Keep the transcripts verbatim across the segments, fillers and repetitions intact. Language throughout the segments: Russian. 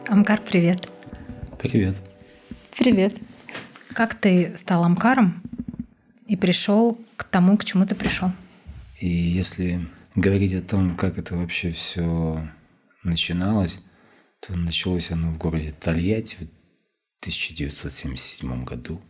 Амкар, привет. Привет. Привет. Как ты стал Амкаром и пришел к тому, к чему ты пришел? И если говорить о том, как это вообще все начиналось, то началось оно в городе Тольятти в тысяча девятьсот семьдесят седьмом году.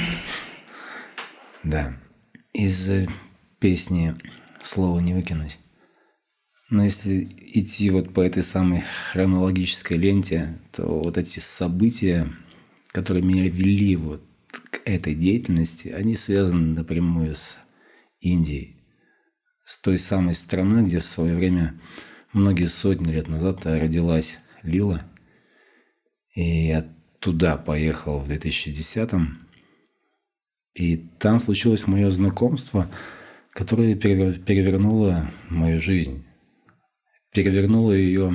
Да. Из песни «Слово не выкинуть». Но если идти вот по этой самой хронологической ленте, то вот эти события, которые меня вели вот к этой деятельности, они связаны напрямую с Индией. С той самой страной, где в свое время, многие сотни лет назад, родилась Лила. И я туда поехал в две тысячи десятом. И там случилось мое знакомство, которое перевернуло мою жизнь. Перевернуло ее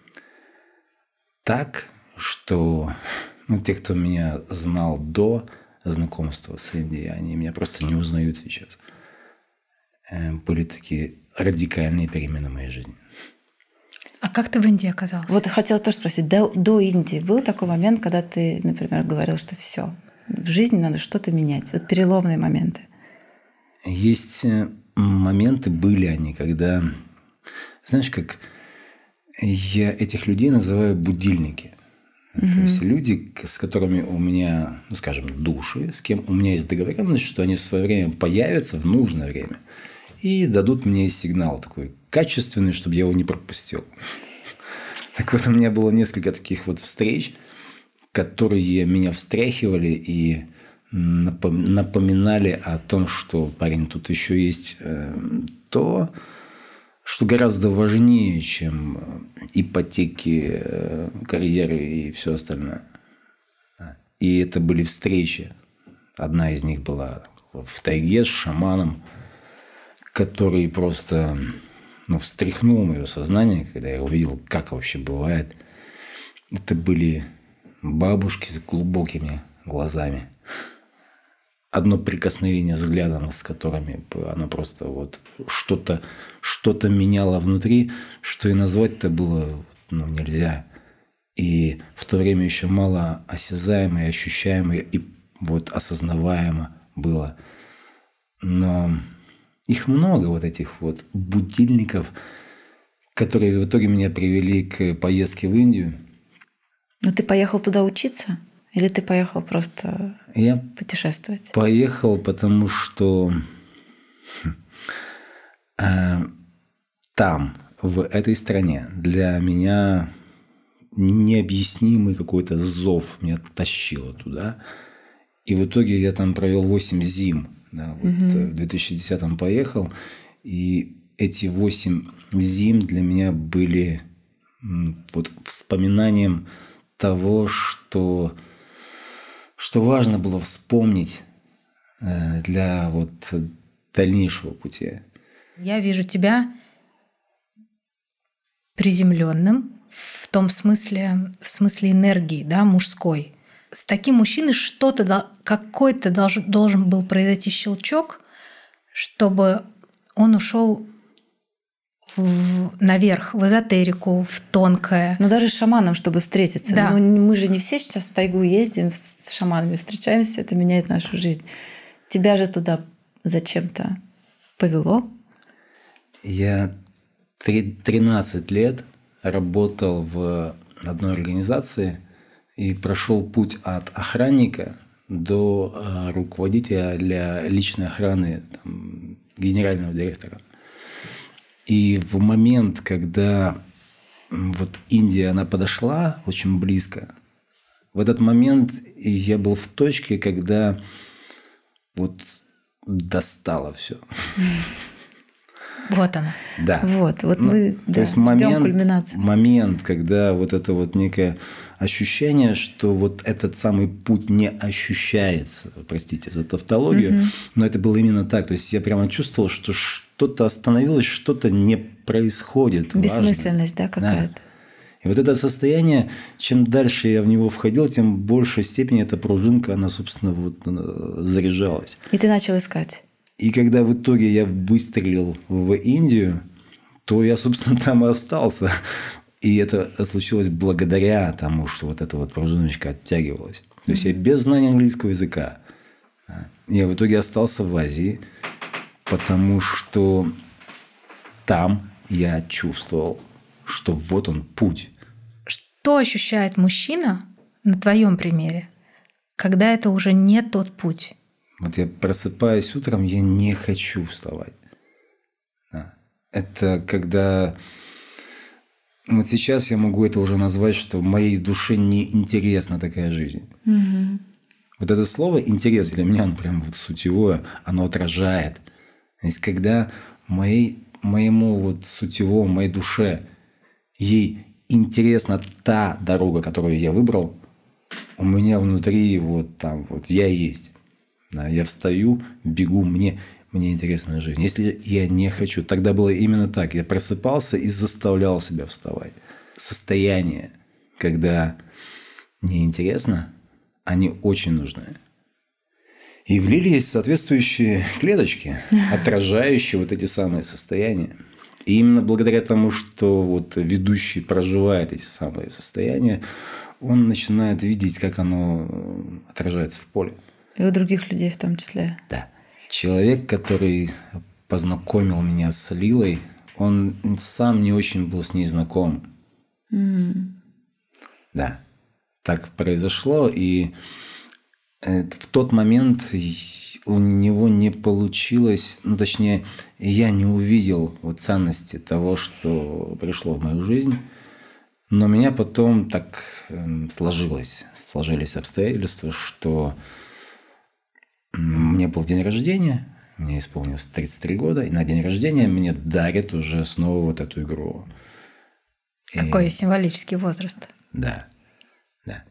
так, что ну, те, кто меня знал до знакомства с Индией, они меня просто не узнают сейчас. Были такие радикальные перемены в моей жизни. А как ты в Индии оказался? Вот хотела тоже спросить, до, до Индии был такой момент, когда ты, например, говорил, что все, в жизни надо что-то менять? Вот переломные моменты. Есть моменты, были они, когда, знаешь, как я этих людей называю будильники. Mm-hmm. То есть люди, с которыми у меня, ну, скажем, души, с кем у меня есть договоренность, что они в свое время появятся в нужное время и дадут мне сигнал такой качественный, чтобы я его не пропустил. Так вот, у меня было несколько таких вот встреч, которые меня встряхивали и напоминали о том, что, парень, тут еще есть то, что гораздо важнее, чем ипотеки, карьеры и все остальное. И это были встречи. Одна из них была в тайге с шаманом, который просто ну, встряхнул мое сознание, когда я увидел, как вообще бывает. Это были бабушки с глубокими глазами. Одно прикосновение взглядом, с которыми оно просто вот что-то, что-то меняло внутри, что и назвать-то было ну, нельзя. И в то время еще мало осязаемо и ощущаемо и вот осознаваемо было. Но их много, вот этих вот будильников, которые в итоге меня привели к поездке в Индию. Но ты поехал туда учиться? Или ты поехал просто я путешествовать? Поехал, потому что э, там, в этой стране, для меня необъяснимый какой-то зов меня тащило туда. И в итоге я там провел восемь зим. Да, вот угу. В две тысячи десятом поехал. И эти восемь зим для меня были вот вспоминанием того, что... что важно было вспомнить для вот дальнейшего пути. Я вижу тебя приземленным в том смысле, в смысле энергии, да, мужской. С таким мужчиной что-то, какой-то должен, должен был произойти щелчок, чтобы он ушел в, наверх, в эзотерику, в тонкое. Ну, даже с шаманом, чтобы встретиться. Да. Ну, мы же не все сейчас в тайгу ездим, с шаманами встречаемся, это меняет нашу жизнь. Тебя же туда зачем-то повело? Я тринадцать лет работал в одной организации и прошел путь от охранника до руководителя для личной охраны, там, генерального директора. И в момент, когда вот Индия, она подошла очень близко, в этот момент я был в точке, когда вот достало все. Вот она. Да. Вот, вот ну, мы то да, есть момент, кульминацию. Момент, когда вот это вот некое ощущение, что вот этот самый путь не ощущается, простите за тавтологию, угу. но это было именно так. То есть я прямо чувствовал, что что-то остановилось, что-то не происходит. Бессмысленность, важно. да, какая-то. Да. И вот это состояние, чем дальше я в него входил, тем в большей степени эта пружинка, она, собственно, вот заряжалась. И ты начал искать. И когда в итоге я выстрелил в Индию, то я, собственно, там и остался. И это случилось благодаря тому, что вот эта вот пружиночка оттягивалась. То есть я без знания английского языка. Я в итоге остался в Азии, потому что там я чувствовал, что вот он путь. Что ощущает мужчина на твоем примере, когда это уже не тот путь? Вот я просыпаюсь утром, я не хочу вставать. Да. Это когда... Вот сейчас я могу это уже назвать, что моей душе не интересна такая жизнь. Угу. Вот это слово «интерес» для меня, оно прям вот сутевое, оно отражает. То есть когда моей, моему вот сутевому, моей душе, ей интересна та дорога, которую я выбрал, у меня внутри вот там вот я есть. Да, я встаю, бегу, мне, мне интересна жизнь. Если я не хочу, тогда было именно так. Я просыпался и заставлял себя вставать. Состояние, когда неинтересно, они очень нужны. И в лилии есть соответствующие клеточки, отражающие вот эти самые состояния. И именно благодаря тому, что вот ведущий проживает эти самые состояния, он начинает видеть, как оно отражается в поле. И у других людей в том числе. Да. Человек, который познакомил меня с Лилой, он сам не очень был с ней знаком. Mm. Да. Так произошло. И в тот момент у него не получилось, ну, точнее, я не увидел вот ценности того, что пришло в мою жизнь. Но меня потом так сложилось, сложились обстоятельства, что мне был день рождения, мне исполнилось тридцать три года, и на день рождения мне дарят уже снова вот эту игру. Какой и... символический возраст. Да, да.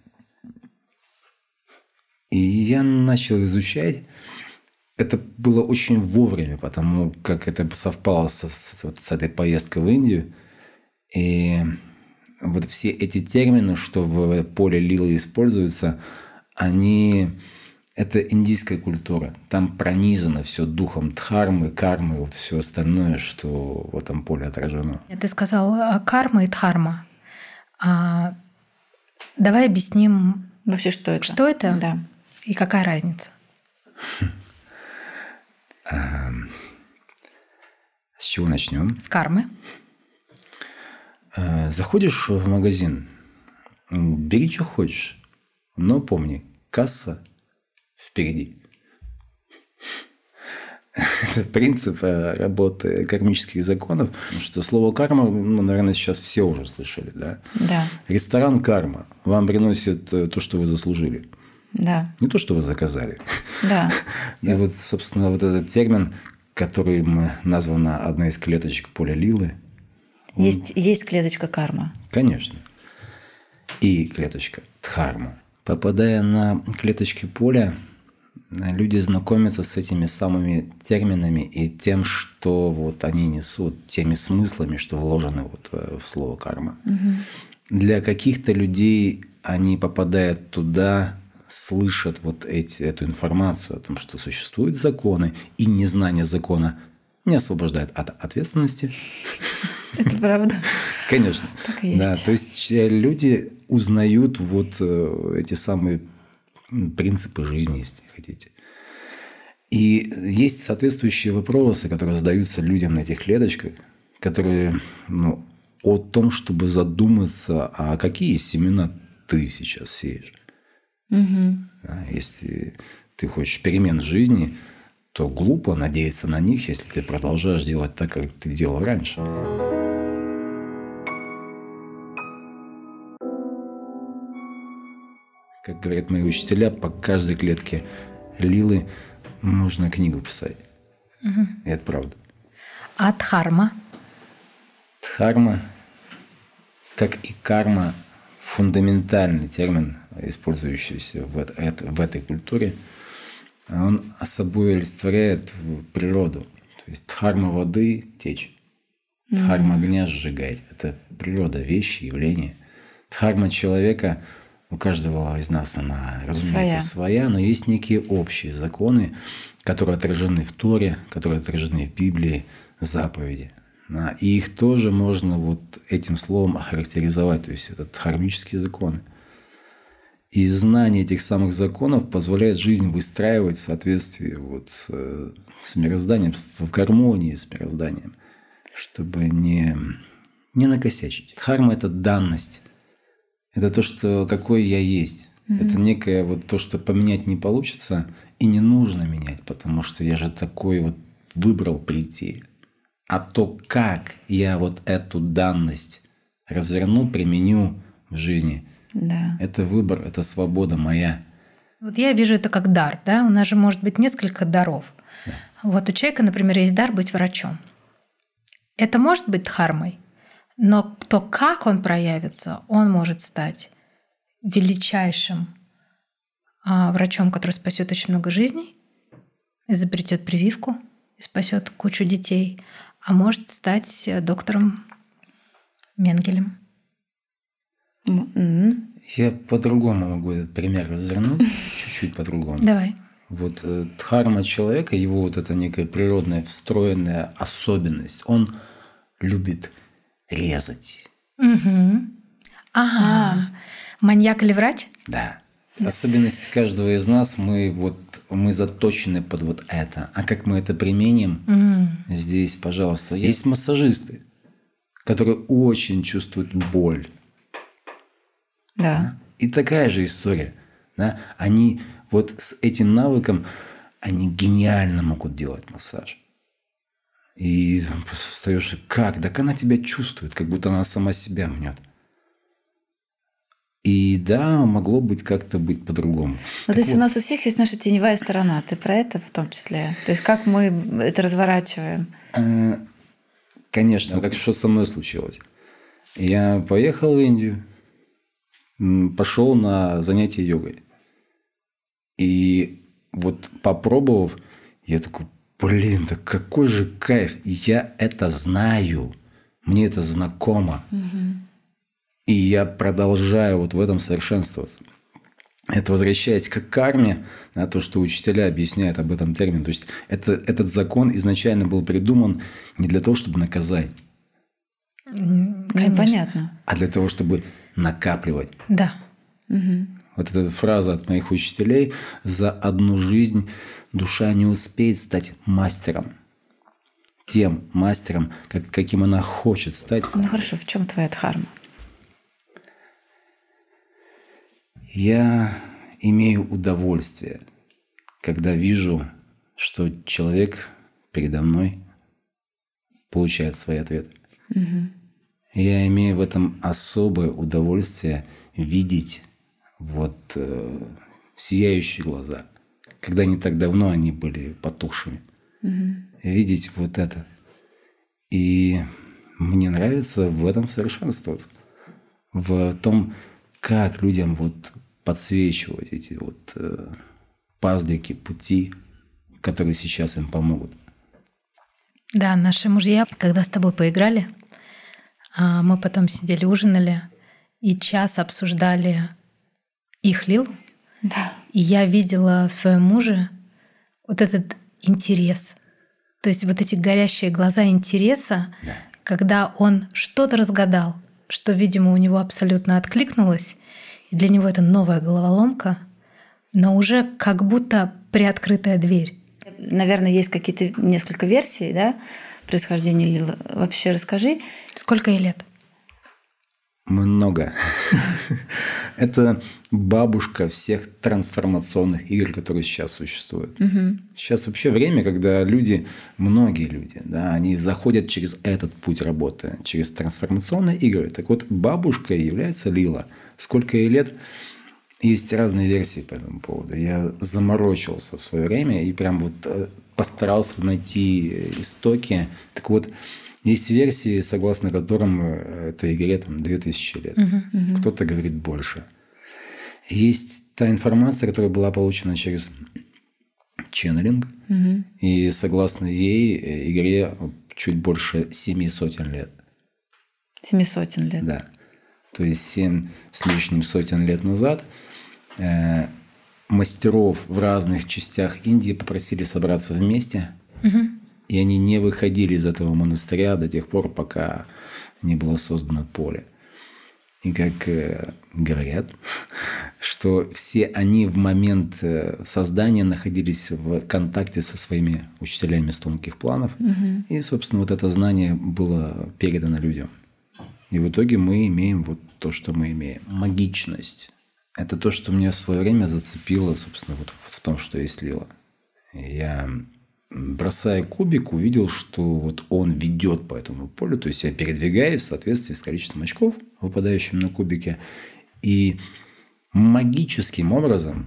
И я начал изучать. Это было очень вовремя, потому как это совпало с, с, вот с этой поездкой в Индию. И вот все эти термины, что в поле Лилы используются, они... Это индийская культура. Там пронизано все духом дхармы, кармы, вот все остальное, что в этом поле отражено. Ты сказал карма и дхарма. А, давай объясним, вообще, что это. Что это? Да. И какая разница? С чего начнем? С кармы. Заходишь в магазин, бери, что хочешь, но помни, касса впереди. Это принцип работы кармических законов, что слово карма, ну, наверное, сейчас все уже слышали, да? Да. Ресторан карма вам приносит то, что вы заслужили. Да. Не то, что вы заказали. Да. И вот, собственно, вот этот термин, которым названа одна из клеточек поля Лилы. Он... Есть, есть клеточка карма. Конечно. И клеточка дхарма. Попадая на клеточки поля, люди знакомятся с этими самыми терминами и тем, что вот они несут, теми смыслами, что вложены вот в слово карма. Угу. Для каких-то людей они попадают туда, слышат вот эти, эту информацию о том, что существуют законы, и незнание закона не освобождает от ответственности. Это правда. Конечно. Так и есть. Да, то есть люди узнают вот эти самые принципы жизни, если хотите. И есть соответствующие вопросы, которые задаются людям на этих клеточках, которые, ну, о том, чтобы задуматься, а какие семена ты сейчас сеешь. Угу. Да, если ты хочешь перемен в жизни, то глупо надеяться на них, если ты продолжаешь делать так, как ты делал раньше. Как говорят мои учителя, по каждой клетке Лилы можно книгу писать. Угу. И это правда. А дхарма? Дхарма, как и карма, фундаментальный термин, использующийся в, это, в этой культуре, он собой олицетворяет природу. То есть дхарма воды – течь, дхарма огня – сжигать. Это природа, вещи, явления. Дхарма человека, у каждого из нас она, разумеется, своя, своя, но есть некие общие законы, которые отражены в Торе, которые отражены в Библии, в заповеди. Да, и их тоже можно вот этим словом охарактеризовать, то есть это дхармические законы. И знание этих самых законов позволяет жизнь выстраивать в соответствии вот с, с мирозданием, в гармонии с мирозданием, чтобы не, не накосячить. Дхарма – это данность. Это то, что какой я есть. Mm-hmm. Это некое вот то, что поменять не получится и не нужно менять, потому что я же такой вот выбрал прийти. А то, как я вот эту данность разверну, применю в жизни, да. Это выбор, это свобода моя. Вот я вижу это как дар, да? У нас же может быть несколько даров. Да. Вот у человека, например, есть дар быть врачом. Это может быть дхармой, но то, как он проявится, он может стать величайшим врачом, который спасет очень много жизней, изобретет прививку и спасет кучу детей, а может стать доктором Менгелем. Mm-hmm. Я по-другому могу этот пример развернуть, чуть-чуть по-другому. Давай. Вот э, дхарма человека, его вот эта некая природная встроенная особенность, он любит резать. Угу. Ага. А. Маньяк или врач? Да. Особенность каждого из нас, мы вот мы заточены под вот это. А как мы это применим? Mm. Здесь, пожалуйста, есть массажисты, которые очень чувствуют боль. Да. И такая же история. Да? Они вот с этим навыком, они гениально могут делать массаж. И встаешь, как? Так она тебя чувствует, как будто она сама себя мнет. И да, могло быть как-то быть по-другому. Ну, то есть вот. У нас у всех есть наша теневая сторона. Ты про это в том числе? То есть как мы это разворачиваем? Конечно. Как что со мной случилось? Я поехал в Индию, пошел на занятия йогой. И вот попробовав, я такой, блин, да какой же кайф. Я это знаю. Мне это знакомо. Угу. И я продолжаю вот в этом совершенствоваться. Это возвращаясь к карме, на то, что учителя объясняют об этом термине. То есть это, этот закон изначально был придуман не для того, чтобы наказать. Конечно. Понятно. А для того, чтобы накапливать. Да. Угу. Вот эта фраза от моих учителей: за одну жизнь душа не успеет стать мастером. Тем мастером, как, каким она хочет стать. Ну хорошо, в чем твоя дхарма? Я имею удовольствие, когда вижу, что человек передо мной получает свои ответы. Угу. Я имею в этом особое удовольствие видеть вот э, сияющие глаза, когда не так давно они были потухшими. Угу. Видеть вот это. И мне нравится в этом совершенствоваться. В том, как людям вот подсвечивать эти вот э, паздыки, пути, которые сейчас им помогут. Да, наши мужья, когда с тобой поиграли, мы потом сидели, ужинали и час обсуждали их лилу. Да. И я видела в своем муже вот этот интерес. То есть вот эти горящие глаза интереса, да. Когда он что-то разгадал, что, видимо, у него абсолютно откликнулось, и для него это новая головоломка, но уже как будто приоткрытая дверь. Наверное, есть какие-то несколько версий, да, происхождения лилы. Вообще расскажи. Сколько ей лет? Много. Это бабушка всех трансформационных игр, которые сейчас существуют. Угу. Сейчас вообще время, когда люди, многие люди, да, они заходят через этот путь работы, через трансформационные игры. Так вот, бабушкой является лила. Сколько ей лет? Есть разные версии по этому поводу. Я заморочился в свое время и прям вот постарался найти истоки. Так вот, есть версии, согласно которым этой игре там две тысячи лет. Uh-huh, uh-huh. Кто-то говорит больше. Есть та информация, которая была получена через ченнелинг. Uh-huh. И согласно ей, игре чуть больше семи сотен лет. Семи сотен лет? Да. То есть семь с лишним сотен лет назад э, мастеров в разных частях Индии попросили собраться вместе. Uh-huh. И они не выходили из этого монастыря до тех пор, пока не было создано поле. И как э, говорят, что все они в момент э, создания находились в контакте со своими учителями с тонких планов. Угу. И, собственно, вот это знание было передано людям. И в итоге мы имеем вот то, что мы имеем. Магичность. Это то, что меня в свое время зацепило, собственно, вот в том, что есть Лила. Я, бросая кубик, увидел, что вот он ведет по этому полю. То есть я передвигаюсь в соответствии с количеством очков, выпадающим на кубике. И магическим образом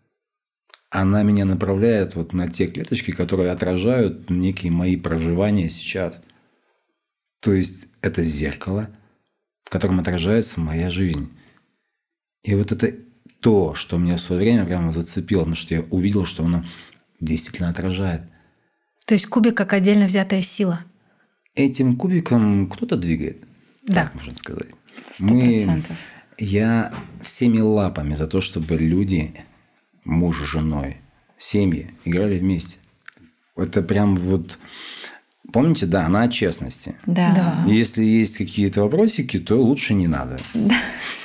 она меня направляет вот на те клеточки, которые отражают некие мои проживания сейчас. То есть это зеркало, в котором отражается моя жизнь. И вот это то, что меня в свое время прямо зацепило, потому что я увидел, что оно действительно отражает. То есть кубик как отдельно взятая сила. Этим кубиком кто-то двигает, да. Так можно сказать. Сто процентов. Я всеми лапами за то, чтобы люди, муж с женой, семьи играли вместе. Это прям вот... Помните, да, она о честности. Да. Да. Если есть какие-то вопросики, то лучше не надо. Да.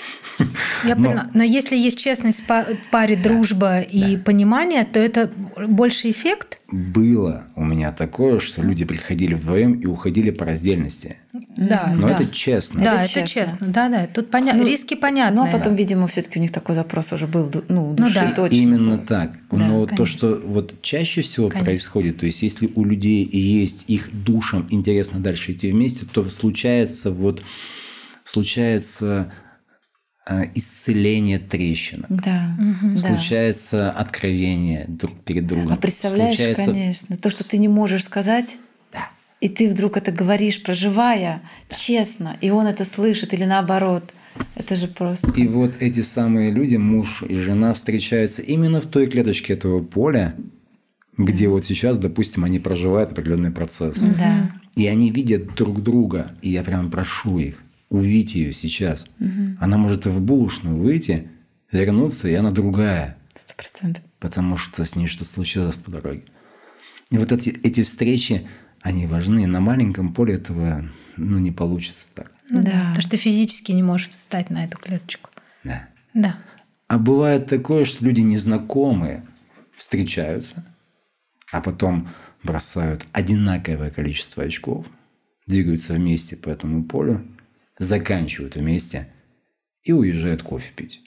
Я но... поняла. Но если есть честность в паре, дружба да, и да. понимание, то это больше эффект? Было у меня такое, что люди приходили вдвоем и уходили по раздельности. Да, но да. это честно. Да, это это честно. честно. Да, да. Тут понятно. Ну, риски понятны. Но потом, да. видимо, все-таки у них такой запрос уже был, ну, души, ну, да. точно. Именно так. Да, но конечно. то, что вот чаще всего конечно. происходит, то есть если у людей есть их душам интересно дальше идти вместе, то случается вот случается исцеление трещинок. Да. Угу. Случается откровение друг перед другом. А представляешь, случается... конечно, то, что ты не можешь сказать, да. и ты вдруг это говоришь, проживая да. честно, и он это слышит, или наоборот. Это же просто... И вот эти самые люди, муж и жена, встречаются именно в той клеточке этого поля, где вот сейчас, допустим, они проживают определенный процесс. Да. И они видят друг друга, и я прям прошу их, увидеть ее сейчас. Угу. Она может и в булочную выйти, вернуться, и она другая. Сто процентов. Потому что с ней что-то случилось по дороге. И вот эти, эти встречи, они важны. На маленьком поле этого ну, не получится так. Ну, да. да. Потому что ты физически не можешь встать на эту клеточку. Да. Да. А бывает такое, что люди незнакомые встречаются, а потом бросают одинаковое количество очков, двигаются вместе по этому полю, заканчивают вместе и уезжают кофе пить.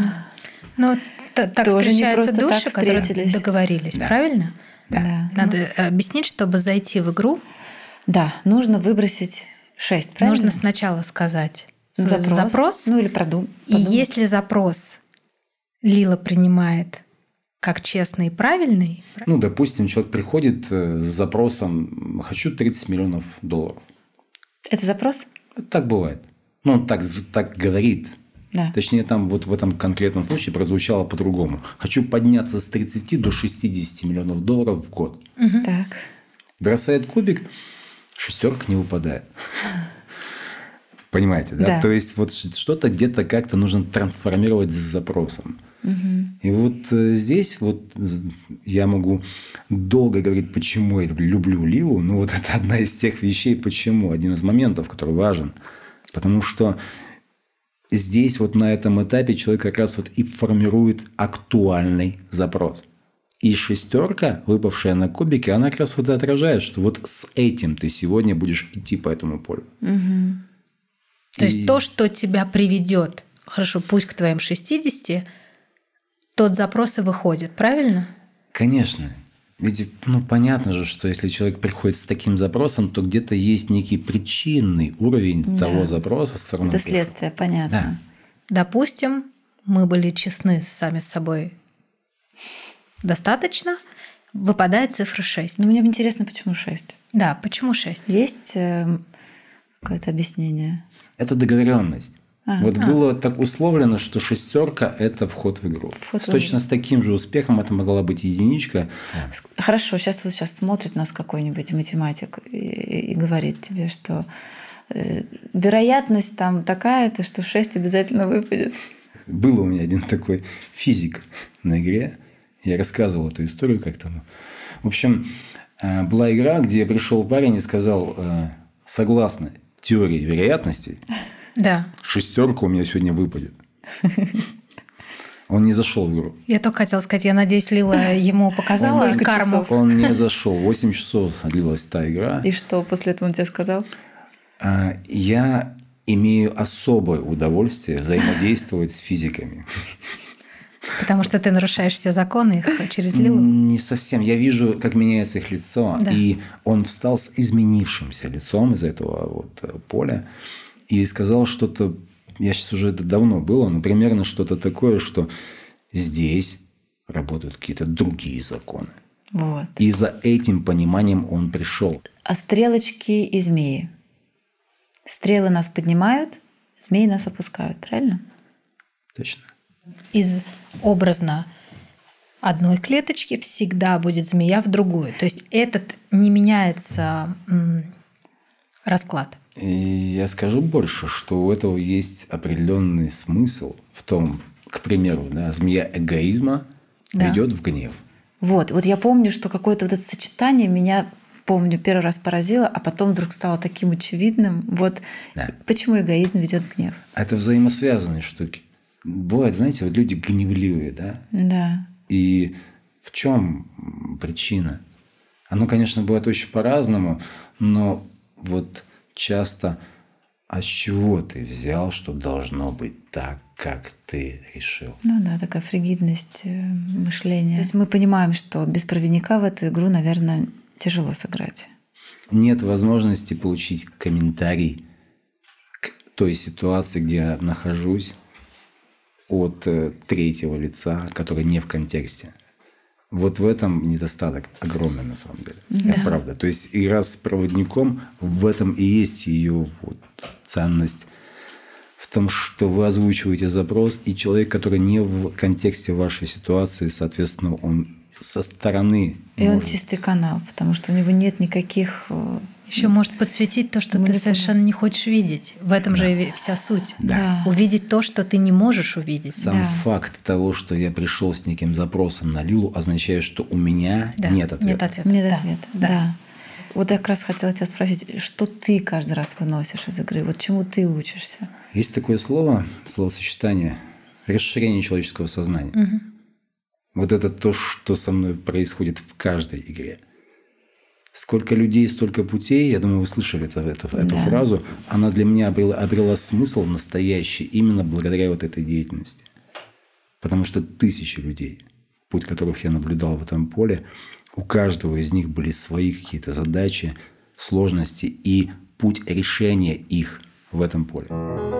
Ну, так Тоже встречаются не души, так которые встретились. договорились, Да. правильно? Да. Да. Надо объяснить, чтобы зайти в игру, Да, нужно выбросить шесть, правильно? нужно сначала сказать свой запрос, запрос. ну или продум- И подумать. если запрос Лила принимает как честный и правильный, Ну, допустим, человек приходит с запросом «хочу тридцать миллионов долларов». Это запрос? Так бывает. Ну, он так, так говорит. Да. Точнее, там вот в этом конкретном случае прозвучало по-другому. Хочу подняться с тридцати до шестидесяти миллионов долларов в год. Угу. Так. Бросает кубик, шестерка не выпадает. Понимаете, да? Да. То есть вот что-то где-то как-то нужно трансформировать с запросом. Угу. И вот здесь вот я могу долго говорить, почему я люблю Лилу. Но вот это одна из тех вещей, почему. Один из моментов, который важен. Потому что здесь вот на этом этапе человек как раз вот и формирует актуальный запрос. И шестерка, выпавшая на кубике, она как раз вот и отражает, что вот с этим ты сегодня будешь идти по этому полю. Угу. То и... есть то, что тебя приведет, хорошо, пусть к твоим шестидесяти, тот запрос и выходит, правильно? Конечно. Ведь ну, понятно же, что если человек приходит с таким запросом, то где-то есть некий причинный уровень да. того запроса, с которым это он следствие, пришел. понятно. Да. Допустим, мы были честны сами с собой достаточно, выпадает цифра шесть. Но мне интересно, почему шесть? Да, почему шесть? Есть э, какое-то объяснение? Это договоренность. А, вот а. было так условлено, что шестерка – это вход в игру. Вход в Точно игру. с таким же успехом это могла быть единичка. Хорошо, сейчас вот сейчас смотрит нас какой-нибудь математик и, и говорит тебе, что э, вероятность там такая-то, что шесть обязательно выпадет. Был у меня один такой физик на игре. Я рассказывал эту историю как-то. В общем, Была игра, где пришел парень и сказал, согласно теории вероятностей, да. шестерка у меня сегодня выпадет. Он не зашел в игру. Я только хотела сказать, я надеюсь, Лила ему показала Сколько карму. часов? Он не зашел. восемь часов длилась та игра. И что после этого он тебе сказал? Я имею особое удовольствие взаимодействовать с физиками. Потому что ты нарушаешь все законы их через Лилу? Не совсем. Я вижу, как меняется их лицо. Да. И он встал с изменившимся лицом из этого вот поля и сказал что-то, я сейчас уже это давно было, но примерно что-то такое, что здесь работают какие-то другие законы. Вот. И за этим пониманием он пришел. А стрелочки и змеи. Стрелы нас поднимают, змеи нас опускают, правильно? Точно. Из образно одной клеточки всегда будет змея в другую. То есть этот не меняется м, расклад. И я скажу больше, что у этого есть определенный смысл в том, к примеру, да, змея эгоизма Да. ведет в гнев. Вот, вот я помню, что какое-то вот это сочетание меня, помню, первый раз поразило, а потом вдруг стало таким очевидным. Вот Да. почему эгоизм ведет в гнев. Это взаимосвязанные штуки. Бывает, знаете, вот люди гневливые, да? Да. И в чем причина? Оно, конечно, бывает очень по-разному, но вот часто, а с чего ты взял, что должно быть так, как ты решил? Ну да, такая фригидность э, мышления. То есть мы понимаем, что без проводника в эту игру, наверное, тяжело сыграть. Нет возможности получить комментарий к той ситуации, где я нахожусь, от э, третьего лица, который не в контексте. Вот в этом недостаток огромный на самом деле. Да. Это правда. То есть игра с проводником, в этом и есть ее вот ценность. В том, что вы озвучиваете запрос, и человек, который не в контексте вашей ситуации, соответственно, он со стороны. И он может- чистый канал, потому что у него нет никаких... э, Еще может подсветить то, что ты Манипуляции. совершенно не хочешь видеть. В этом же и вся суть. Да. Увидеть то, что ты не можешь увидеть. Сам Да. факт того, что я пришел с неким запросом на Лилу, означает, что у меня Да. нет ответа. Нет ответа. Нет Да. ответа. Да. Да. Вот я как раз хотела тебя спросить, что ты каждый раз выносишь из игры? Вот чему ты учишься? Есть такое слово, словосочетание расширение человеческого сознания. Мгм. Вот это то, что со мной происходит в каждой игре. Сколько людей, столько путей. Я думаю, вы слышали это, это- эту Да. фразу. Она для меня обрела, обрела смысл настоящий именно благодаря вот этой деятельности. Потому что тысячи людей, путь которых я наблюдал в этом поле, у каждого из них были свои какие-то задачи, сложности и путь решения их в этом поле.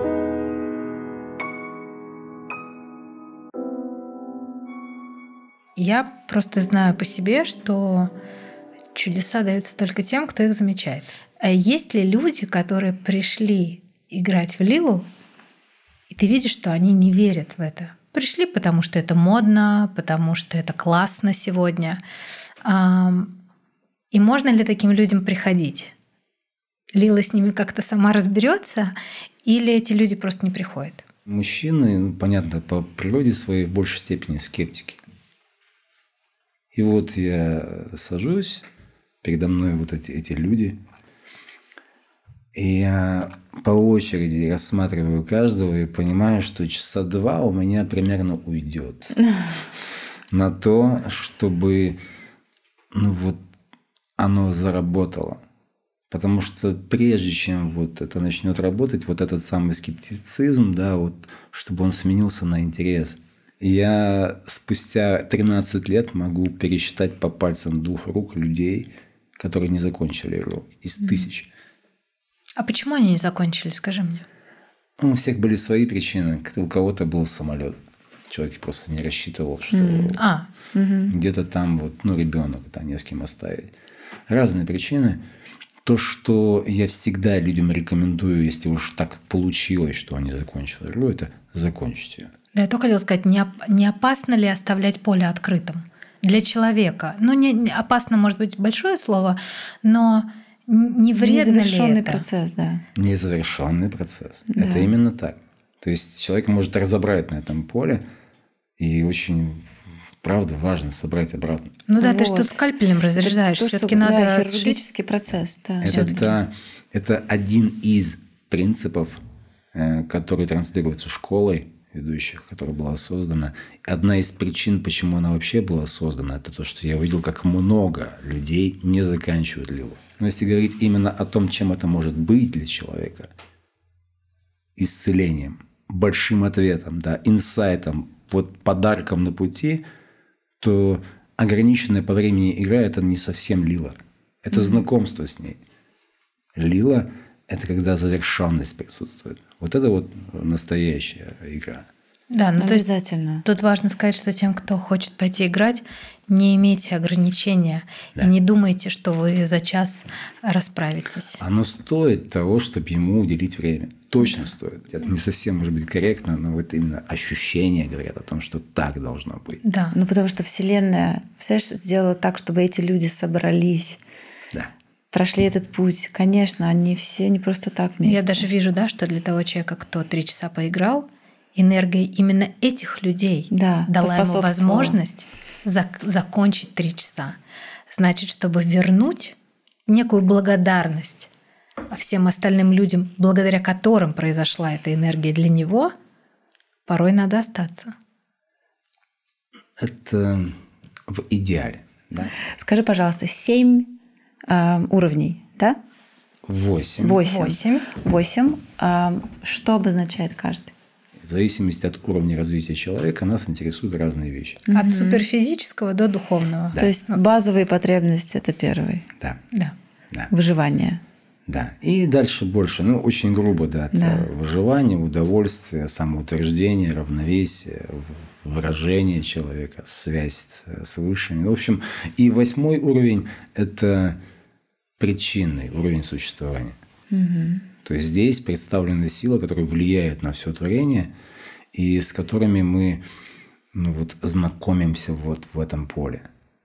Я просто знаю по себе, что чудеса даются только тем, кто их замечает. А есть ли люди, которые пришли играть в Лилу, и ты видишь, что они не верят в это? Пришли, потому что это модно, потому что это классно сегодня. Ам, И можно ли таким людям приходить? Лила с ними как-то сама разберется, или эти люди просто не приходят? Мужчины, ну, понятно, по природе своей в большей степени скептики. И вот я сажусь, передо мной вот эти, эти люди, и я по очереди рассматриваю каждого и понимаю, что часа два у меня примерно уйдет на то, чтобы ну вот оно заработало. Потому что прежде чем вот это начнет работать, вот этот самый скептицизм, да, вот, чтобы он сменился на интерес. Я спустя тринадцать лет могу пересчитать по пальцам двух рук людей, которые не закончили игру, из тысяч. А почему они не закончили, скажи мне? Ну, у всех были свои причины. У кого-то был самолет. Человек просто не рассчитывал, что А, где-то там вот, ну, ребенок, да, не с кем оставить. Разные причины. То, что я всегда людям рекомендую, если уж так получилось, что они закончили игру, это закончите ее. да, я только хотела сказать, не, оп- не опасно ли оставлять поле открытым для человека? Ну, не, не- опасно, может быть, большое слово, но н- не вредно ли Незавершенный это? процесс, да. Незавершенный процесс. Да. Это именно так. То есть человек может разобрать на этом поле и очень правда важно собрать обратно. Ну да, Вот. ты ж тут скальпелем разрезаешь. Это то, Все-таки что- надо да, сшить. хирургический процесс. Да. Это, это один из принципов, э, который транслируется школой ведущих, которая была создана. Одна из причин, почему она вообще была создана, это то, что я увидел, как много людей не заканчивают лилу. Но если говорить именно о том, чем это может быть для человека, исцелением, большим ответом, да, инсайтом, вот подарком на пути, то ограниченная по времени игра – это не совсем лила. Это mm-hmm. знакомство с ней. Лила – это когда завершенность присутствует. Вот это вот настоящая игра. Да, ну то есть Обязательно. тут важно сказать, что тем, кто хочет пойти играть, не имейте ограничения Да. и не думайте, что вы за час расправитесь. Оно стоит того, чтобы ему уделить время. Точно стоит. Это не совсем может быть корректно, но вот именно ощущения говорят о том, что так должно быть. Да. Ну, потому что Вселенная, представляешь, сделала так, чтобы эти люди собрались, Да. прошли этот путь. Конечно, они все не просто так вместе. Я даже вижу, да, что для того человека, кто три часа поиграл, энергия именно этих людей Да, дала ему поспособствовала. возможность зак- закончить три часа. Значит, чтобы вернуть некую благодарность всем остальным людям, благодаря которым произошла эта энергия для него, порой надо остаться. Это в идеале. Да? Скажи, пожалуйста, семь э, уровней, да? Восемь. Восемь. Восемь. Восемь. А, что обозначает каждый? В зависимости от уровня развития человека нас интересуют разные вещи. От суперфизического до духовного. То есть базовые потребности – это первый. Да. Да. Да. Выживание. Да. И дальше больше. Ну, очень грубо, да. Это Да. выживание, удовольствие, самоутверждение, равновесие, в- выражение человека, связь с, с высшими. В общем, и восьмой уровень – это причинный уровень существования. То есть здесь представлены силы, которые влияют на все творение, и с которыми мы ну, вот, знакомимся вот в этом поле.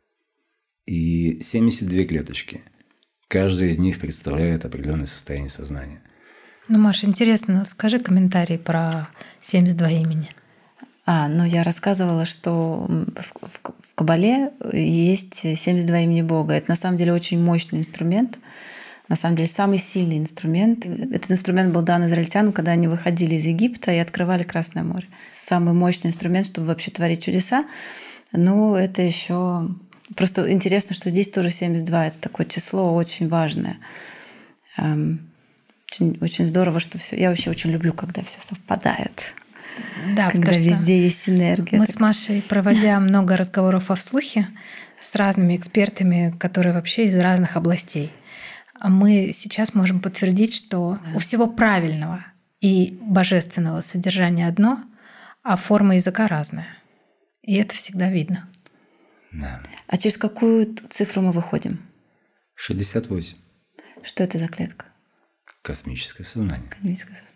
И семьдесят две клеточки. Каждая из них представляет определенное состояние сознания. Ну, Маша, интересно, скажи комментарий про семьдесят два имени. А, ну я рассказывала, что в, в- в Кабале есть семьдесят два имени Бога. Это на самом деле очень мощный инструмент. На самом деле самый сильный инструмент. Этот инструмент был дан израильтянам, когда они выходили из Египта и открывали Красное море. Самый мощный инструмент, чтобы вообще творить чудеса. Ну, это еще просто интересно, что здесь тоже семьдесят два. Это такое число очень важное. Эм, Очень, очень здорово, что все. Я вообще очень люблю, когда все совпадает. Да, Когда потому что везде есть энергия. мы с Машей, проводя много разговоров во вслухе с разными экспертами, которые вообще из разных областей, а мы сейчас можем подтвердить, что у всего правильного и божественного содержания одно, а форма языка разная. И это всегда видно. Да. А через какую цифру мы выходим? шестьдесят восемь. Что это за клетка? Космическое сознание. Космическое сознание.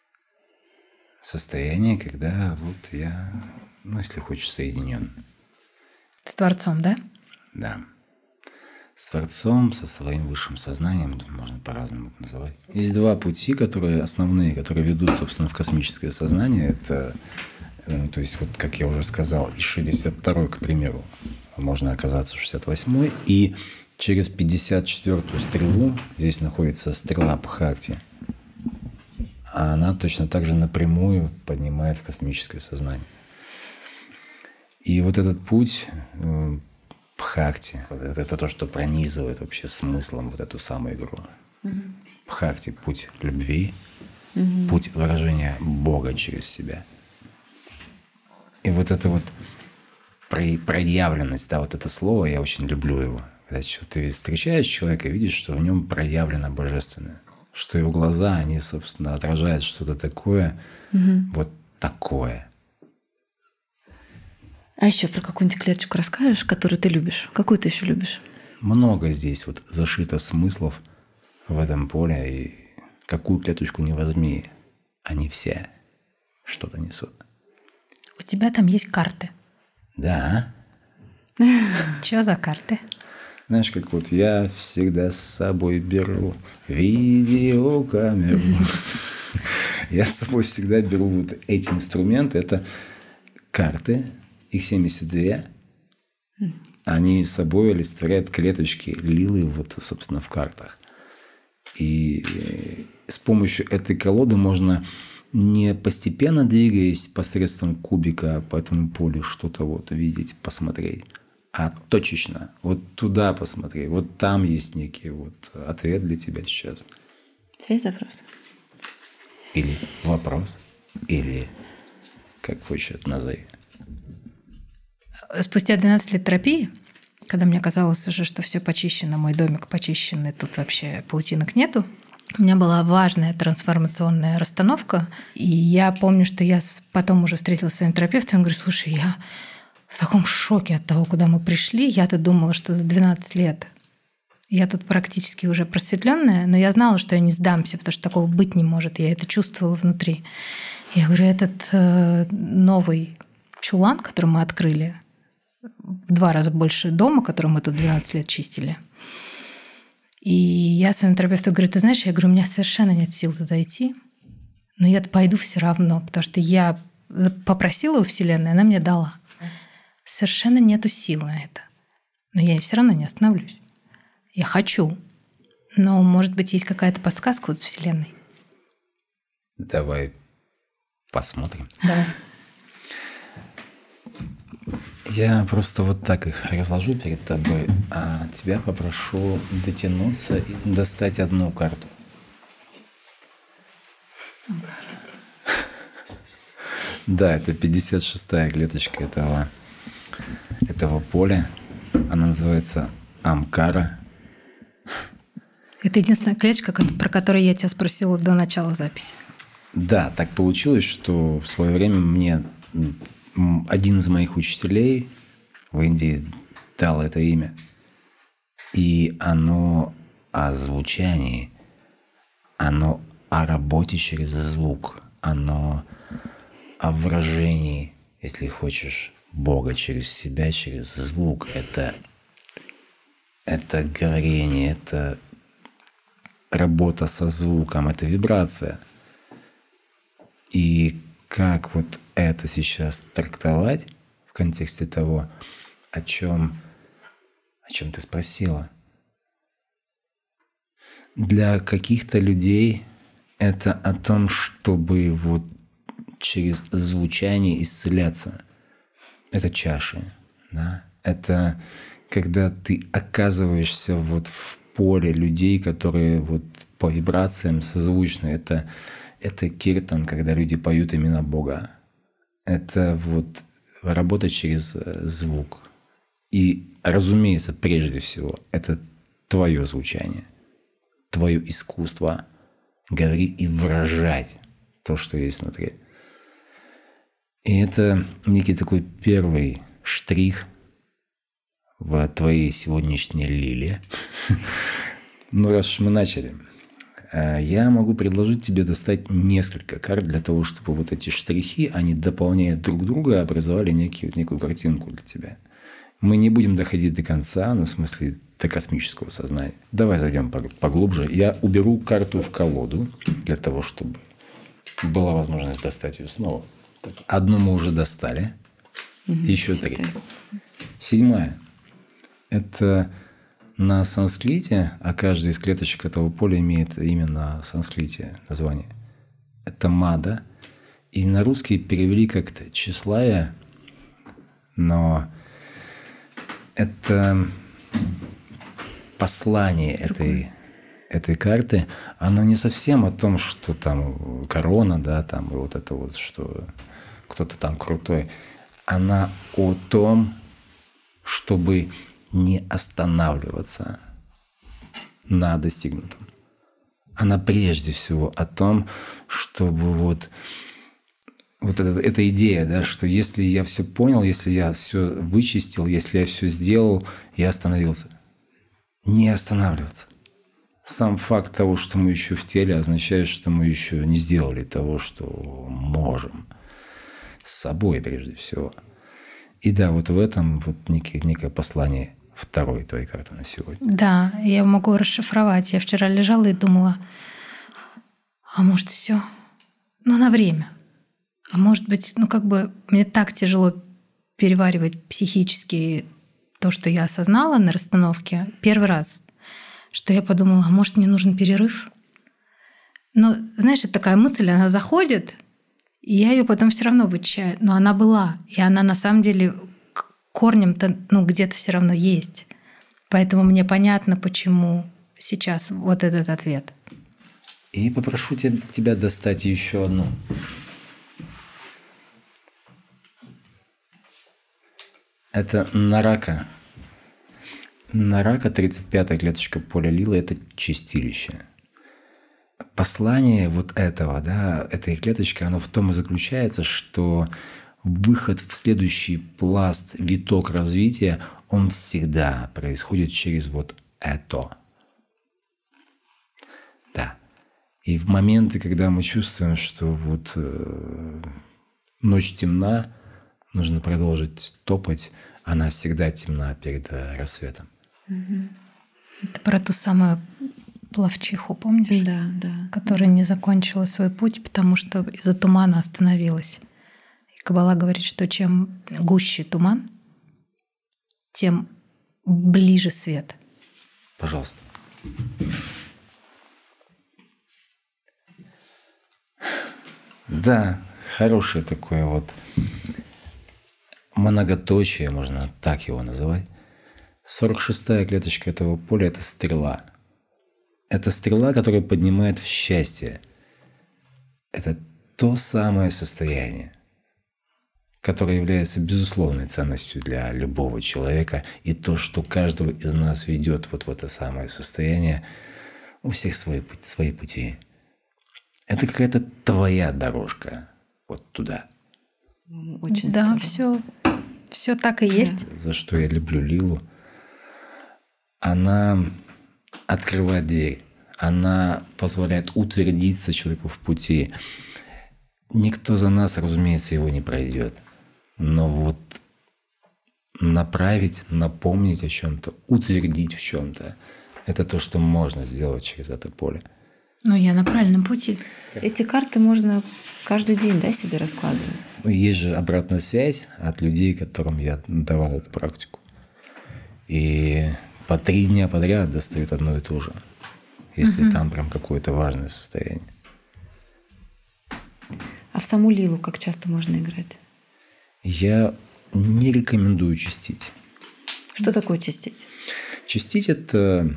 Состояние, когда вот я, ну, если хочешь, соединен. С Творцом, да? Да. С Творцом, со своим высшим сознанием, тут можно по-разному это называть. Есть два пути, которые основные, которые ведут, собственно, в космическое сознание. Это, э, то есть, вот как я уже сказал, из шестьдесят второй, к примеру, можно оказаться в шестьдесят восьмой. И через пятьдесят четвёртую стрелу, здесь находится стрела Бхакти, а она точно так же напрямую поднимает в космическое сознание. И вот этот путь э, Бхакти, вот это, это то, что пронизывает вообще смыслом вот эту самую игру. Mm-hmm. Бхакти – путь любви, mm-hmm. путь выражения Бога через себя. И вот это вот про- проявленность, да, вот это слово, я очень люблю его. Когда ты встречаешь человека, видишь, что в нем проявлено божественное, что его глаза, они, собственно, отражают что-то такое, mm-hmm. вот такое. А еще про какую-нибудь клеточку расскажешь, которую ты любишь? Какую ты еще любишь? Много здесь вот зашито смыслов в этом поле, и какую клеточку не возьми, они все что-то несут. У тебя там есть карты. Да. Что за карты? Знаешь, как вот я всегда с собой беру видеокамеру. Я с собой всегда беру вот эти инструменты. Это карты, их семьдесят две, Они собой олицетворяют клеточки лилы, вот, собственно, в картах. И с помощью этой колоды можно, не постепенно двигаясь посредством кубика по этому полю, что-то вот видеть, посмотреть, а точечно. Вот туда посмотри, вот там есть некий вот ответ для тебя сейчас. У тебя есть запрос? Или вопрос, или как хочешь это назови. Спустя двенадцать лет терапии, когда мне казалось уже, что все почищено, мой домик почищен, и тут вообще паутинок нету, у меня была важная трансформационная расстановка. И я помню, что я потом уже встретилась с своим терапевтом и говорю: слушай, я в таком шоке от того, куда мы пришли. Я-то думала, что за двенадцать лет я тут практически уже просветленная, но я знала, что я не сдамся, потому что такого быть не может. Я это чувствовала внутри. Я говорю, этот э, новый чулан, который мы открыли, в два раза больше дома, который мы тут двенадцать лет чистили. И я своему терапевту говорю: ты знаешь, я говорю, у меня совершенно нет сил туда идти, но я пойду все равно, потому что я попросила у Вселенной, она мне дала. Совершенно нету сил на это. Но я все равно не остановлюсь. Я хочу. Но, может быть, есть какая-то подсказка от Вселенной. Давай посмотрим. Давай. Я просто вот так их разложу перед тобой, а тебя попрошу дотянуться и достать одну карту. Да, это пятьдесят шестая клеточка этого, этого поля. Она называется Амкара. Это единственная клеточка, про которую я тебя спросила до начала записи. Да, так получилось, что в свое время мне один из моих учителей в Индии дал это имя. И оно о звучании, оно о работе через звук, оно о выражении, если хочешь, Бога через себя, через звук. Это, это говорение, это работа со звуком, это вибрация. И как вот это сейчас трактовать в контексте того, о чем, о чем ты спросила? Для каких-то людей это о том, чтобы вот через звучание исцеляться. Это чаши, да? Это когда ты оказываешься вот в поле людей, которые вот по вибрациям созвучны. Это, это киртан, когда люди поют имена Бога. Это вот работа через звук. И, разумеется, прежде всего, это твое звучание, твое искусство говорить и выражать то, что есть внутри. И это некий такой первый штрих в твоей сегодняшней лиле. Ну, раз уж мы начали, я могу предложить тебе достать несколько карт для того, чтобы вот эти штрихи, они дополняя друг друга, и образовали некий, некую картинку для тебя. Мы не будем доходить до конца, ну, в смысле, до космического сознания. Давай зайдем поглубже. Я уберу карту в колоду для того, чтобы была возможность достать ее снова. Одну мы уже достали. Угу, еще три. Седьмая. Это на санскрите, а каждая из клеточек этого поля имеет имя на санскрите, название. Это мада. И на русский перевели как-то числая, но это послание этой, этой карты, оно не совсем о том, что там корона, да, там и вот это вот, что кто-то там крутой. Она о том, чтобы не останавливаться на достигнутом. Она прежде всего о том, чтобы вот, вот эта, эта идея, да, что если я все понял, если я все вычистил, если я все сделал, я остановился. Не останавливаться. Сам факт того, что мы еще в теле, означает, что мы еще не сделали того, что можем. С собой прежде всего. И да, вот в этом вот некое, некое послание второй твоей карты на сегодня. Да, я могу расшифровать. Я вчера лежала и думала, а может все, ну на время. А может быть, ну как бы мне так тяжело переваривать психически то, что я осознала на расстановке первый раз, что я подумала, а может, мне нужен перерыв? Но, знаешь, это такая мысль, она заходит, и я ее потом все равно вычищаю. Но она была, и она на самом деле корнем-то ну, где-то все равно есть. Поэтому мне понятно, почему сейчас вот этот ответ. И попрошу тебя достать еще одну. Это Нарака. Нарака, тридцать пятая клеточка поля Лилы – это чистилище. Послание вот этого, да, этой клеточки, оно в том и заключается, что выход в следующий пласт, виток развития, он всегда происходит через вот это. Да. И в моменты, когда мы чувствуем, что вот э, ночь темна, нужно продолжить топать, она всегда темна перед рассветом. Это про ту самую пловчиху, помнишь? Да, да. Которая не закончила свой путь, потому что из-за тумана остановилась. И Каббала говорит, что чем гуще туман, тем ближе свет. Пожалуйста. Да, хорошее такое вот многоточие, можно так его называть. сорок шестая клеточка этого поля – это стрела. Это стрела, которая поднимает в счастье. Это то самое состояние, которое является безусловной ценностью для любого человека. И то, что каждого из нас ведет вот в это самое состояние, у всех свои, свои пути. Это какая-то твоя дорожка вот туда. Очень да, здорово. все, все так и есть. Да. За что я люблю Лилу. Она открывает дверь. Она позволяет утвердиться человеку в пути. Никто за нас, разумеется, его не пройдет. Но вот направить, напомнить о чем-то, утвердить в чем-то – это то, что можно сделать через это поле. Ну, я на правильном пути. Эти карты можно каждый день, да, себе раскладывать? Ну, есть же обратная связь от людей, которым я давал эту практику. И по три дня подряд достают одно и то же, если угу. там прям какое-то важное состояние. А в саму Лилу как часто можно играть? Я не рекомендую чистить. Что такое чистить? Чистить – это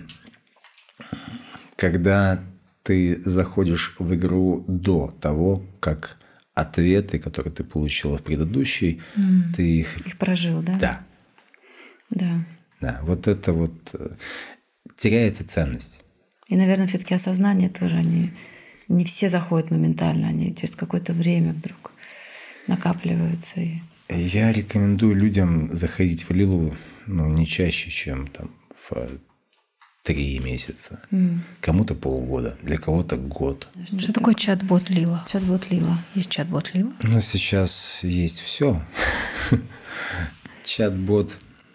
когда ты заходишь в игру до того, как ответы, которые ты получила в предыдущей, mm. ты их... Их прожил, да? Да. Да. Да, вот это вот теряется ценность. И, наверное, все-таки осознание тоже, они не все заходят моментально, они через какое-то время вдруг накапливаются. И... Я рекомендую людям заходить в Лилу ну, не чаще, чем там, в три месяца. Mm. Кому-то полгода, для кого-то год. Что, Что такое чат-бот Лила? Чат-бот Лила. Есть чат-бот Лила? Ну, сейчас есть все. Чат-бот.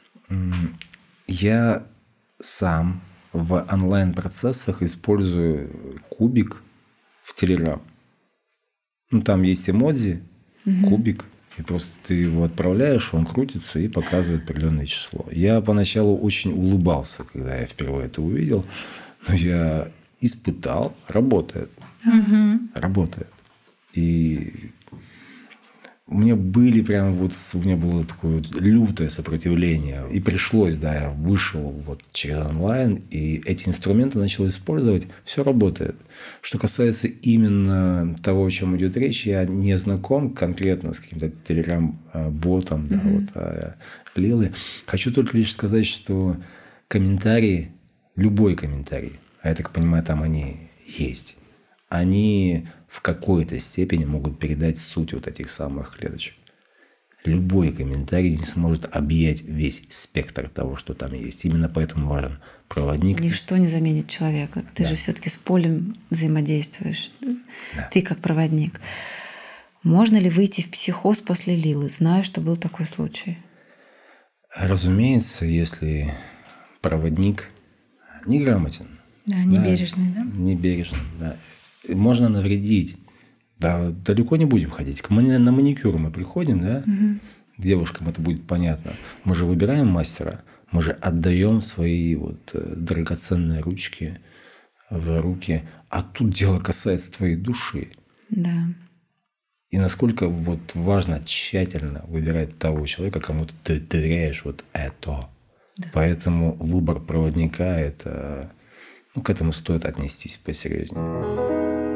Я сам в онлайн-процессах использую кубик в Telegram. Ну, там есть эмодзи, угу. кубик, и просто ты его отправляешь, он крутится и показывает определенное число. Я поначалу очень улыбался, когда я впервые это увидел, но я испытал, работает. Угу. Работает. И у меня были прям вот, у меня было такое вот лютое сопротивление. И пришлось, да, я вышел вот через онлайн, и эти инструменты начал использовать. Все работает. Что касается именно того, о чем идет речь, я не знаком конкретно с каким-то телеграм-ботом, да, mm-hmm. вот, а, Лилы. Хочу только лишь сказать, что комментарии, любой комментарий, а я так понимаю, там они есть, они в какой-то степени могут передать суть вот этих самых клеточек. Любой комментарий не сможет объять весь спектр того, что там есть. Именно поэтому важен проводник. Ничто не заменит человека. Ты да. же все-таки с полем взаимодействуешь. Да. Ты как проводник. Можно ли выйти в психоз после Лилы? Знаю, что был такой случай. Разумеется, если проводник неграмотен. Да, небережный, да? да? Небережный, да. Можно навредить. Да, далеко не будем ходить. На маникюр мы приходим, да? Угу. Девушкам это будет понятно. Мы же выбираем мастера. Мы же отдаем свои вот драгоценные ручки в руки, а тут дело касается твоей души. Да. И насколько вот важно тщательно выбирать того человека, кому ты доверяешь вот это. Да. Поэтому выбор проводника – это… Ну, к этому стоит отнестись посерьезнее.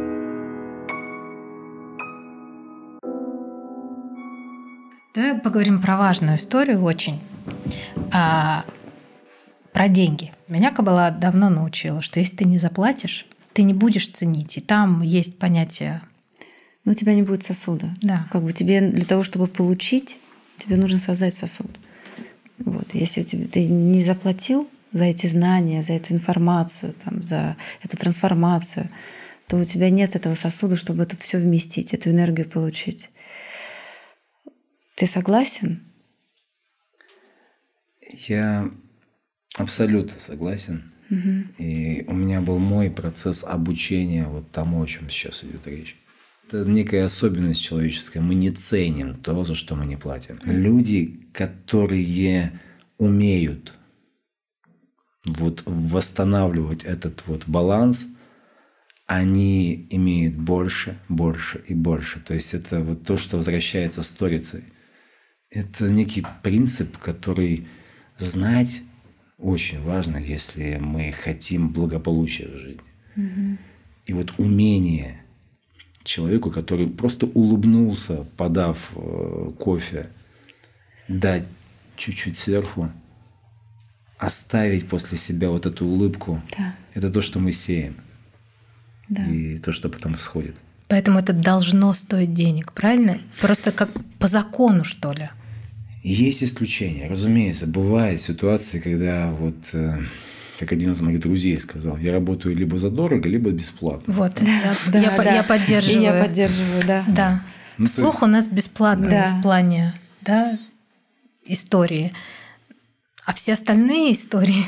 Давай поговорим про важную историю очень. А, про деньги. Меня Каббала давно научила, что если ты не заплатишь, ты не будешь ценить. И там есть понятие… Ну, у тебя не будет сосуда. Да. Как бы тебе для того, чтобы получить, тебе нужно создать сосуд. Вот. Если тебе, ты не заплатил за эти знания, за эту информацию, там, за эту трансформацию, то у тебя нет этого сосуда, чтобы это все вместить, эту энергию получить. Ты согласен? Я абсолютно согласен. Угу. И у меня был мой процесс обучения вот тому, о чем сейчас идет речь. Это некая особенность человеческая. Мы не ценим то, за что мы не платим. Люди, которые умеют вот восстанавливать этот вот баланс, они имеют больше, больше и больше. То есть это вот то, что возвращается сторицей. Это некий принцип, который знать очень важно, если мы хотим благополучия в жизни. Угу. И вот умение человеку, который просто улыбнулся, подав э, кофе, дать чуть-чуть сверху, оставить после себя вот эту улыбку, да. Это то, что мы сеем. Да. И то, что потом всходит. Поэтому это должно стоить денег, правильно? Просто как по закону, что ли? Есть исключения, разумеется. Бывают ситуации, когда вот, как один из моих друзей сказал, я работаю либо задорого, либо бесплатно. Вот, да, я, да, я, да. я поддерживаю. И я поддерживаю, да. Да. Ну, Вслух есть... у нас бесплатно да. в плане, да, истории. А все остальные истории,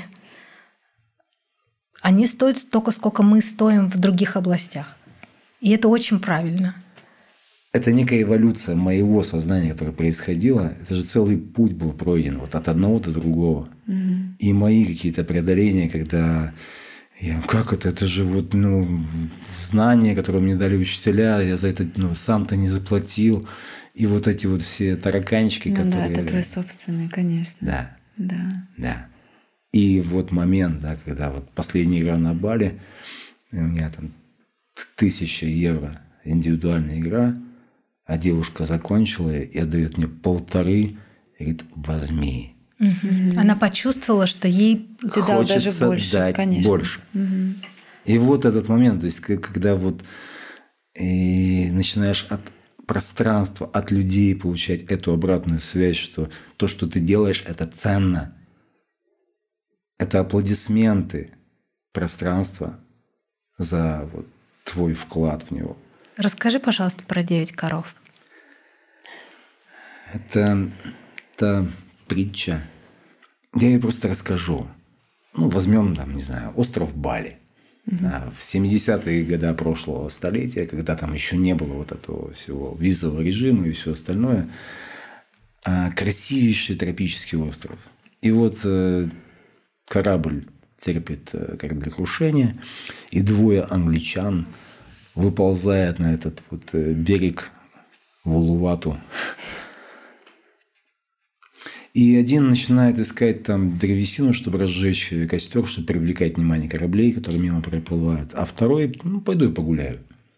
они стоят столько, сколько мы стоим в других областях. И это очень правильно. Это некая эволюция моего сознания, которая происходила. Это же целый путь был пройден вот от одного до другого. Угу. И мои какие-то преодоления, когда я, как это, это же вот, ну, знания, которые мне дали учителя, я за это, ну, сам-то не заплатил. И вот эти вот все тараканчики, ну, которые… Да, это твои собственные, конечно. Да. Да. Да. И вот момент, да, когда вот последняя игра на Бали, у меня там тысяча евро индивидуальная игра, а девушка закончила и отдает мне полторы, и говорит, возьми. Угу. Она почувствовала, что ей Ты хочется даже больше, дать конечно. больше. Угу. И вот этот момент, то есть когда вот и начинаешь от пространства, от людей получать эту обратную связь, что то, что ты делаешь, это ценно. Это аплодисменты пространства за вот твой вклад в него. Расскажи, пожалуйста, про девять коров. Это, это притча. Я ее просто расскажу. Ну, возьмем, там, не знаю, остров Бали. Mm-hmm. В семидесятые годы прошлого столетия, когда там еще не было вот этого всего визового режима и все остальное, красивейший тропический остров. И вот корабль терпит кораблекрушение, и двое англичан выползают на этот вот берег Вулувату. И один начинает искать там древесину, чтобы разжечь костер, чтобы привлекать внимание кораблей, которые мимо проплывают. А второй, ну, пойду и погуляю.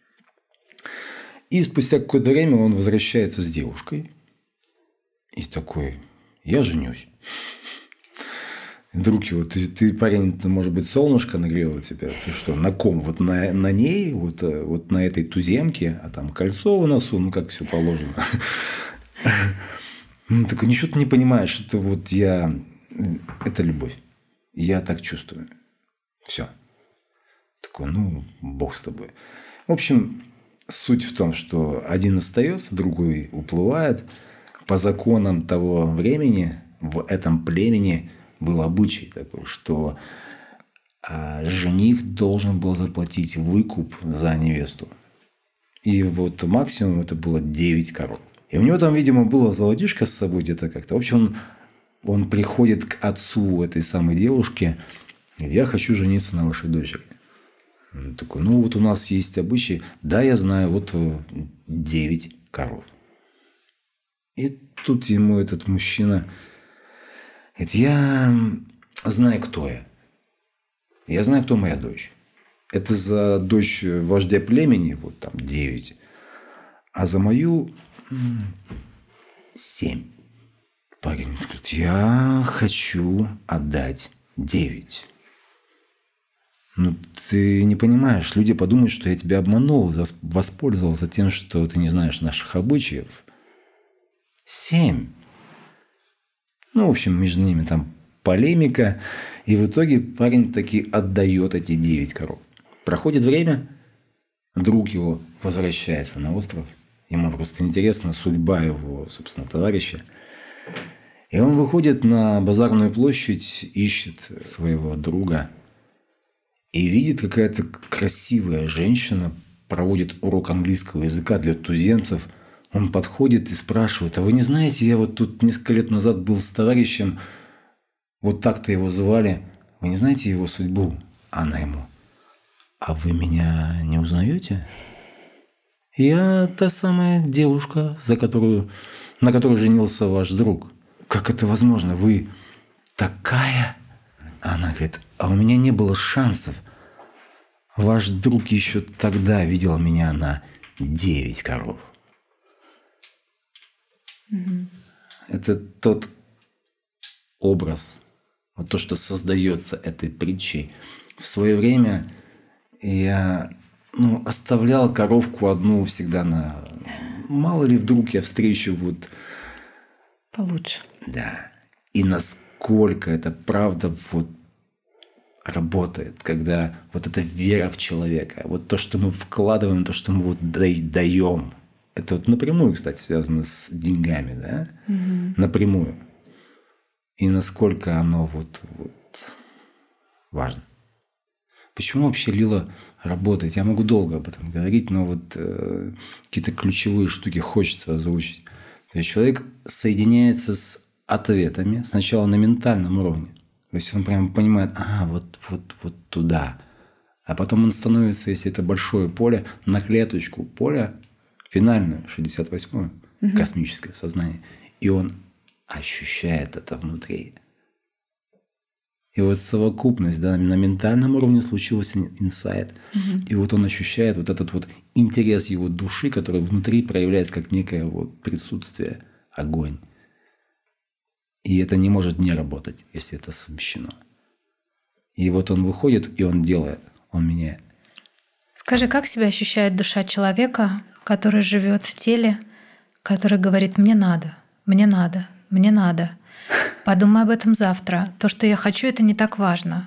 И спустя какое-то время он возвращается с девушкой. И такой, я женюсь. И вдруг его, ты, ты парень, может быть, солнышко нагрело тебя. Ты что, на ком? Вот на, на ней, вот, вот на этой туземке, а там кольцо в носу, ну как все положено. Ну, так ничего ты не понимаешь. Это вот я... Это любовь. Я так чувствую. Все. Такой, ну, бог с тобой. В общем, суть в том, что один остается, другой уплывает. По законам того времени в этом племени был обычай такой, что жених должен был заплатить выкуп за невесту. И вот максимум это было девять коров. И у него там, видимо, было золотишко с собой где-то как-то. В общем, он Он приходит к отцу этой самой девушки, говорит: я хочу жениться на вашей дочери. Он такой: ну вот у нас есть обычай. Да, я знаю, вот девять коров. И тут ему этот мужчина говорит: я знаю, кто я. Я знаю, кто моя дочь. Это за дочь вождя племени, вот там девять. А за мою семь. Парень говорит: я хочу отдать девять. Ну, ты не понимаешь, люди подумают, что я тебя обманул, воспользовался тем, что ты не знаешь наших обычаев. Семь. Ну, в общем, между ними там полемика. И в итоге парень таки отдает эти девять коров. Проходит время, друг его возвращается на остров. Ему просто интересна судьба его, собственно, товарища. И он выходит на базарную площадь, ищет своего друга. И видит, какая-то красивая женщина проводит урок английского языка для туземцев. Он подходит и спрашивает: а вы не знаете, я вот тут несколько лет назад был с товарищем, вот так-то его звали, вы не знаете его судьбу? Она ему: а вы меня не узнаете? Я та самая девушка, за которую, на которой женился ваш друг. Как это возможно? Вы такая? Она говорит: а у меня не было шансов. Ваш друг еще тогда видел меня на девять коров. Mm-hmm. Это тот образ, вот то, что создается этой притчей. В свое время я ну, оставлял коровку одну всегда на... Мало ли вдруг я встречу вот... Получше. Да. И насколько это правда вот работает, когда вот эта вера в человека, вот то, что мы вкладываем, то, что мы вот даем, это вот напрямую, кстати, связано с деньгами, да? Угу. Напрямую. И насколько оно вот, вот важно. Почему вообще лила работает? Я могу долго об этом говорить, но вот э, какие-то ключевые штуки хочется озвучить. То есть человек соединяется с ответами сначала на ментальном уровне. То есть он прямо понимает: а, вот, вот, вот туда. А потом он становится, если это большое поле, на клеточку поля, финальную, шестьдесят восьмую, угу. Космическое сознание. И он ощущает это внутри. И вот совокупность, да, на ментальном уровне случился инсайт. Угу. И вот он ощущает вот этот вот интерес его души, который внутри проявляется как некое вот присутствие, огонь. И это не может не работать, если это совмещено. И вот он выходит, и он делает, он меняет. Скажи, как себя ощущает душа человека, который живет в теле, который говорит: мне надо, мне надо, мне надо. Подумай об этом завтра. То, что я хочу, это не так важно.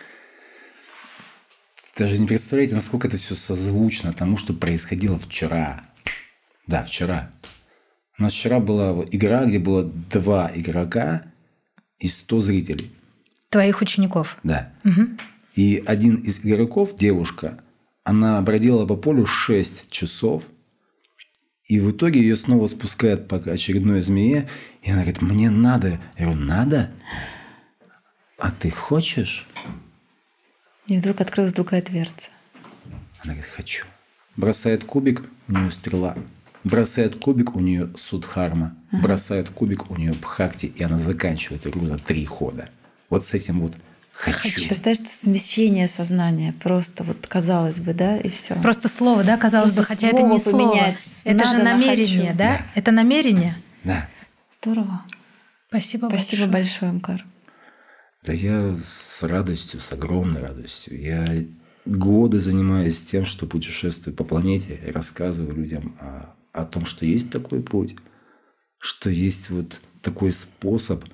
Даже не представляете, насколько это все созвучно тому, что происходило вчера. Да, вчера. У нас вчера была игра, где было два игрока и сто зрителей. Твоих учеников? Да. Угу. И один из игроков, девушка, она бродила по полю шесть часов. И в итоге ее снова спускает по очередной змее. И она говорит: мне надо. Я говорю: надо? А ты хочешь? И вдруг открылась другая дверца. Она говорит: хочу. Бросает кубик, у нее стрела. Бросает кубик, у нее судхарма. Ага. Бросает кубик, у нее бхакти. И она заканчивает игру за три хода. Вот с этим вот хочу. хочу. Представляешь, смещение сознания. Просто вот казалось бы, да, и все. Просто слово, да, казалось Просто бы, хотя это не слово. Это надо, же намерение, да? да? Это намерение. Да. Здорово. Спасибо, Спасибо большое. большое, Омкар. Да я с радостью, с огромной радостью. Я годы занимаюсь тем, что путешествую по планете и рассказываю людям о, о том, что есть такой путь, что есть вот такой способ.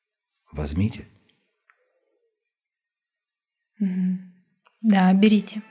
Возьмите. Да, берите.